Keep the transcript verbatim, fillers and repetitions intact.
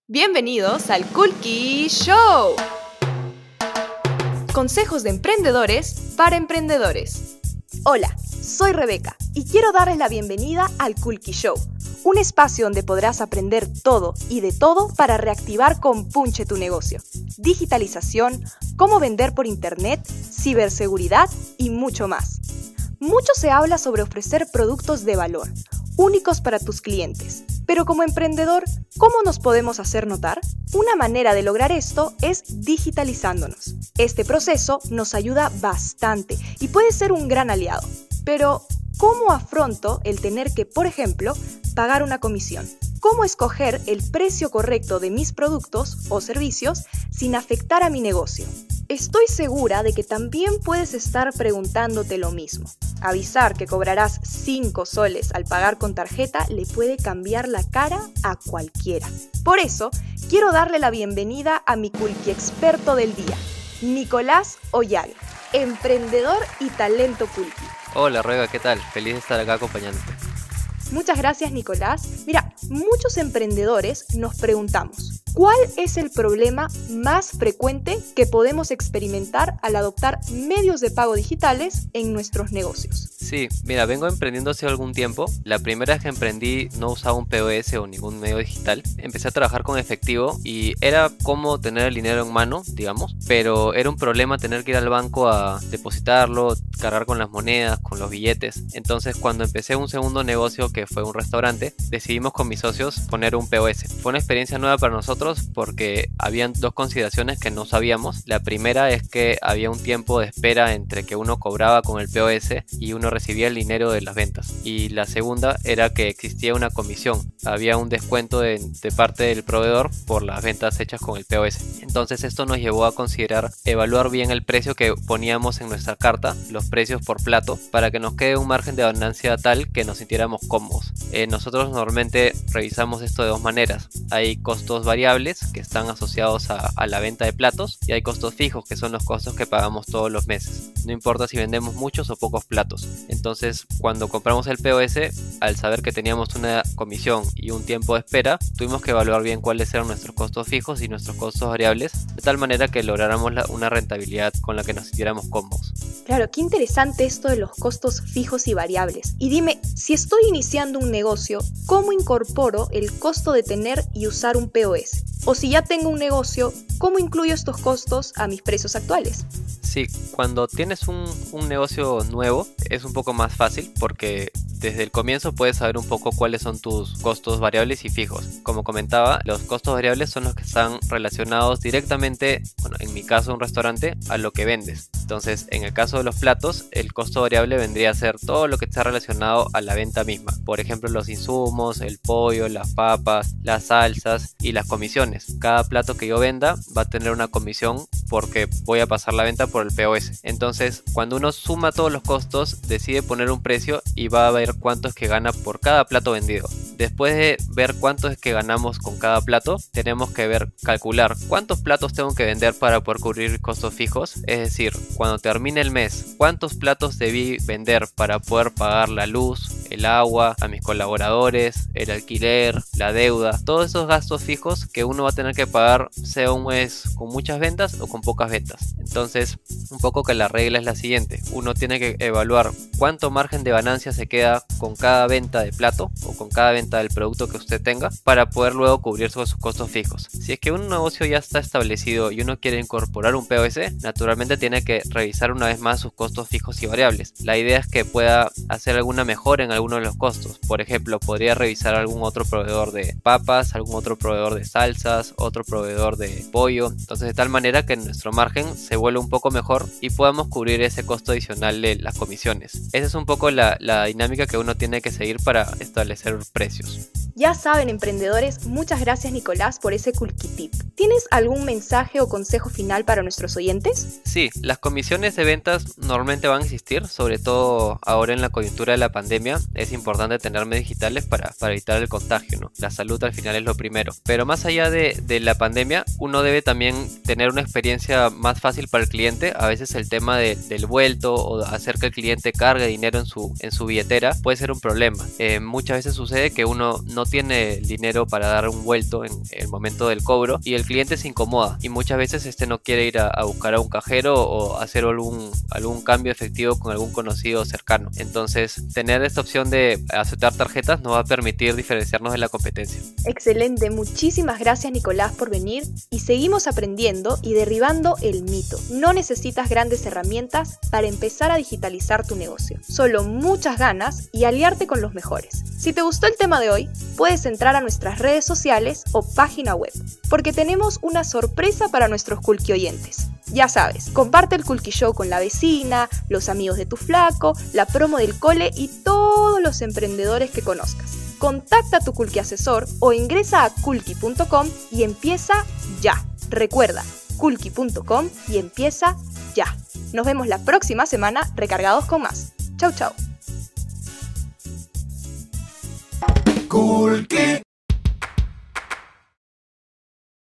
Bienvenidos al Kulki Show. Consejos de emprendedores para emprendedores. Hola, soy Rebeca y quiero darles la bienvenida al Kulki Show, un espacio donde podrás aprender todo y de todo para reactivar con punche tu negocio. Digitalización, cómo vender por internet, ciberseguridad y mucho más. Mucho se habla sobre ofrecer productos de valor, únicos para tus clientes. Pero como emprendedor, ¿cómo nos podemos hacer notar? Una manera de lograr esto es digitalizándonos. Este proceso nos ayuda bastante y puede ser un gran aliado. Pero, ¿cómo afronto el tener que, por ejemplo, pagar una comisión? ¿Cómo escoger el precio correcto de mis productos o servicios sin afectar a mi negocio? Estoy segura de que también puedes estar preguntándote lo mismo. Avisar que cobrarás cinco soles al pagar con tarjeta le puede cambiar la cara a cualquiera. Por eso, quiero darle la bienvenida a mi Kulki experto del día, Nicolás Oyaga, emprendedor y talento Kulki. Hola Rega, ¿qué tal? Feliz de estar acá acompañándote. Muchas gracias, Nicolás. Mira, muchos emprendedores nos preguntamos, ¿cuál es el problema más frecuente que podemos experimentar al adoptar medios de pago digitales en nuestros negocios? Sí, mira, vengo emprendiendo hace algún tiempo. La primera vez que emprendí no usaba un P O S o ningún medio digital. Empecé a trabajar con efectivo y era como tener el dinero en mano, digamos, pero era un problema tener que ir al banco a depositarlo, cargar con las monedas, con los billetes. Entonces, cuando empecé un segundo negocio que fue un restaurante, decidimos con mis socios poner un P O S. Fue una experiencia nueva para nosotros porque habían dos consideraciones que no sabíamos. La primera es que había un tiempo de espera entre que uno cobraba con el P O S y uno recibía el dinero de las ventas. Y la segunda era que existía una comisión. Había un descuento de, de parte del proveedor por las ventas hechas con el P O S. Entonces esto nos llevó a considerar evaluar bien el precio que poníamos en nuestra carta, los precios por plato, para que nos quede un margen de ganancia tal que nos sintiéramos cómodos. Eh, nosotros normalmente revisamos esto de dos maneras. Hay costos variables que están asociados a, a la venta de platos y hay costos fijos que son los costos que pagamos todos los meses. No importa si vendemos muchos o pocos platos. Entonces, cuando compramos el P O S, al saber que teníamos una comisión y un tiempo de espera, tuvimos que evaluar bien cuáles eran nuestros costos fijos y nuestros costos variables, de tal manera que lográramos la, una rentabilidad con la que nos sintiéramos cómodos. Claro, qué interesante esto de los costos fijos y variables. Y dime, si estoy iniciando un negocio, ¿cómo incorporo el costo de tener y usar un P O S? O si ya tengo un negocio, ¿cómo incluyo estos costos a mis precios actuales? Sí, cuando tienes un, un negocio nuevo es un poco más fácil porque desde el comienzo puedes saber un poco cuáles son tus costos variables y fijos. Como comentaba, los costos variables son los que están relacionados directamente, bueno, en mi caso un restaurante, a lo que vendes. Entonces, en el caso de los platos, el costo variable vendría a ser todo lo que está relacionado a la venta misma. Por ejemplo, los insumos, el pollo, las papas, las salsas y las comisiones. Cada plato que yo venda va a tener una comisión porque voy a pasar la venta por el P O S. Entonces, cuando uno suma todos los costos, decide poner un precio y va a ver cuánto es que gana por cada plato vendido. Después de ver cuánto es que ganamos con cada plato, tenemos que ver, calcular cuántos platos tengo que vender para poder cubrir costos fijos. Es decir, cuando termine el mes, cuántos platos debí vender para poder pagar la luz, el agua, a mis colaboradores, el alquiler, la deuda, todos esos gastos fijos que uno va a tener que pagar, sea un mes con muchas ventas o con pocas ventas. Entonces, un poco que la regla es la siguiente: uno tiene que evaluar cuánto margen de ganancia se queda con cada venta de plato o con cada venta del producto que usted tenga para poder luego cubrir sus costos fijos. Si es que un negocio ya está establecido y uno quiere incorporar un P O S, naturalmente tiene que revisar una vez más sus costos fijos y variables. La idea es que pueda hacer alguna mejora en alguno de los costos. Por ejemplo, podría revisar algún otro proveedor de papas, algún otro proveedor de salsas, otro proveedor de pollo. Entonces, de tal manera que nuestro margen se vuelva un poco mejor y podamos cubrir ese costo adicional de las comisiones. Esa es un poco la, la dinámica que uno tiene que seguir para establecer precios. Ya saben, emprendedores, muchas gracias, Nicolás, por ese Kulki tip. ¿Tienes algún mensaje o consejo final para nuestros oyentes? Sí, las comisiones de ventas normalmente van a existir, sobre todo ahora en la coyuntura de la pandemia. Es importante tener medios digitales para, para evitar el contagio, ¿no? La salud al final es lo primero. Pero más allá de, de la pandemia, uno debe también tener una experiencia más fácil para el cliente. A veces el tema de, del vuelto o hacer que el cliente cargue dinero en su, en su billetera puede ser un problema. Eh, muchas veces sucede que uno no tiene el dinero para dar un vuelto en el momento del cobro y el cliente se incomoda y muchas veces este no quiere ir a, a buscar a un cajero o hacer algún, algún cambio efectivo con algún conocido cercano. Entonces, tener esta opción de aceptar tarjetas nos va a permitir diferenciarnos de la competencia. Excelente, muchísimas gracias Nicolás por venir y seguimos aprendiendo y derribando el mito. No necesitas grandes herramientas para empezar a digitalizar tu negocio, solo muchas ganas y aliarte con los mejores. Si te gustó el tema de hoy, puedes entrar a nuestras redes sociales o página web, porque tenemos una sorpresa para nuestros Culqui oyentes. Ya sabes, comparte el Culqui Show con la vecina, los amigos de tu flaco, la promo del cole y todos los emprendedores que conozcas. Contacta a tu Culqui asesor o ingresa a culqui punto com y empieza ya. Recuerda, culqui punto com y empieza ya. Nos vemos la próxima semana recargados con más. Chau, chau. Culqui.